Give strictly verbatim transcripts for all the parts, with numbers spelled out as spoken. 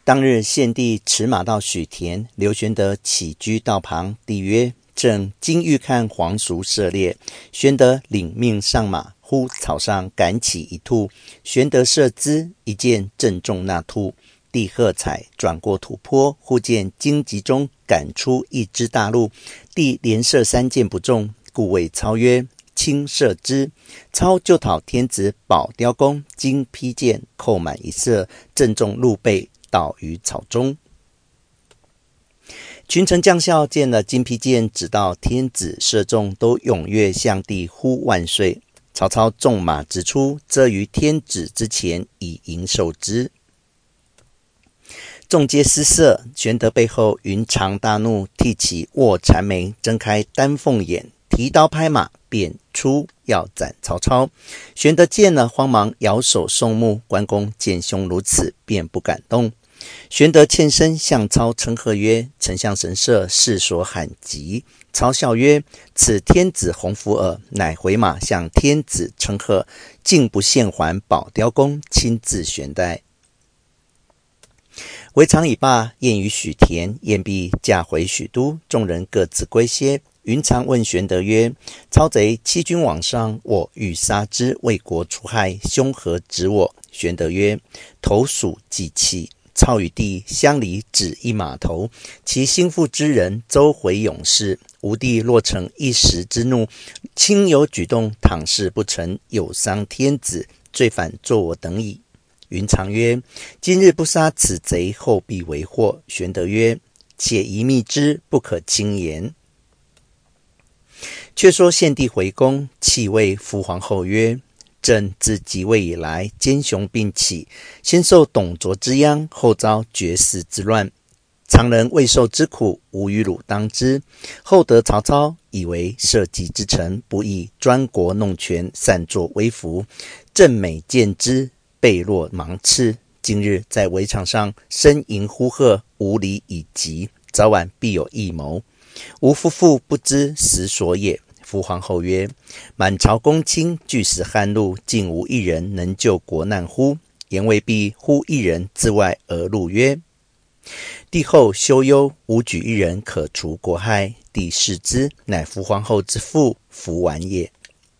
当日献帝驰马到许田，刘玄德起居道旁，帝曰：朕今欲看黄鼠射猎。玄德领命上马，忽草上赶起一兔，玄德射之，一箭正中那兔。帝喝彩，转过土坡，忽见荆棘中赶出一只大鹿，帝连射三箭不中，故谓操曰：轻射之。操就讨天子保雕弓，经披箭扣满一射，正中鹿背，倒于草中。群臣将校见了金披箭指到天子射中，都踊跃向帝呼万岁。曹操纵马直出，遮于天子之前，以迎受之。众皆失色，玄德背后云长大怒，剃起卧蚕眉，睁开丹凤眼，提刀拍马，便出要斩曹操。玄德见了，慌忙摇手送目。关公见兄如此，便不敢动。玄德欠身向操称贺曰：丞相神社，世所罕及。操笑曰：此天子鸿福耳。乃回马向天子称贺，竟不献还保雕弓，亲自悬带。围场已罢，宴于许田，宴毕，驾回许都，众人各自归歇。云长问玄德曰：操贼欺君罔上，我欲杀之，为国除害，兄何止我？玄德曰：投鼠忌器。操与帝相离只一马头，其心腹之人周回勇士，吾帝若逞一时之怒，轻有举动，倘是不成，有伤天子，罪反作我等矣。云长曰：今日不杀此贼，后必为祸。玄德曰：且宜密之，不可轻言。却说献帝回宫，泣谓父皇后曰：朕自即位以来，奸雄并起，先受董卓之殃，后遭绝世之乱。常人未受之苦，吾与汝当之。后得曹操，以为社稷之臣，不宜专国弄权，擅作威服。朕每见之，背若芒刺。今日在围场上呻吟呼喝，无礼以及，早晚必有异谋。吾夫妇不知实所也。父皇后曰：满朝公卿俱死汉禄，竟无一人能救国难乎？言未毕，忽一人自外而入曰：帝后休忧，吾举一人可除国害。帝视之，乃父皇后之父福完也。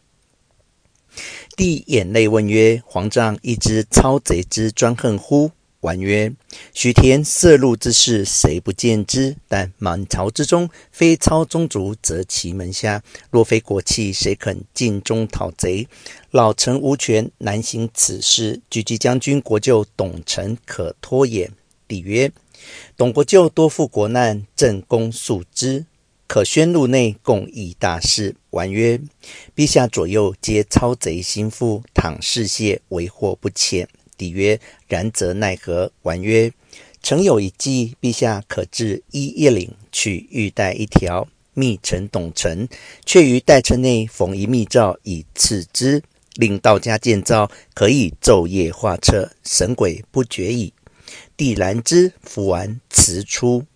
帝眼泪问曰：皇丈亦知操贼之专横乎？完曰：许田射鹿之事，谁不见之？但满朝之中，非操宗族，则其门下；若非国戚，谁肯尽忠讨贼？老臣无权，难行此事。狙击将军国舅董承可托也。帝曰：董国舅多负国难，朕恭恕之，可宣入内，共议大事。完曰：陛下左右皆操贼心腹，倘事泄，为祸不浅。帝曰：然则奈何？完曰：臣有一计，陛下可置衣一领，取玉带一条，密陈董承，却于带称内缝一密诏，以赐之，令道家建造，可以昼夜画策，神鬼不觉矣。帝然之，服完辞出。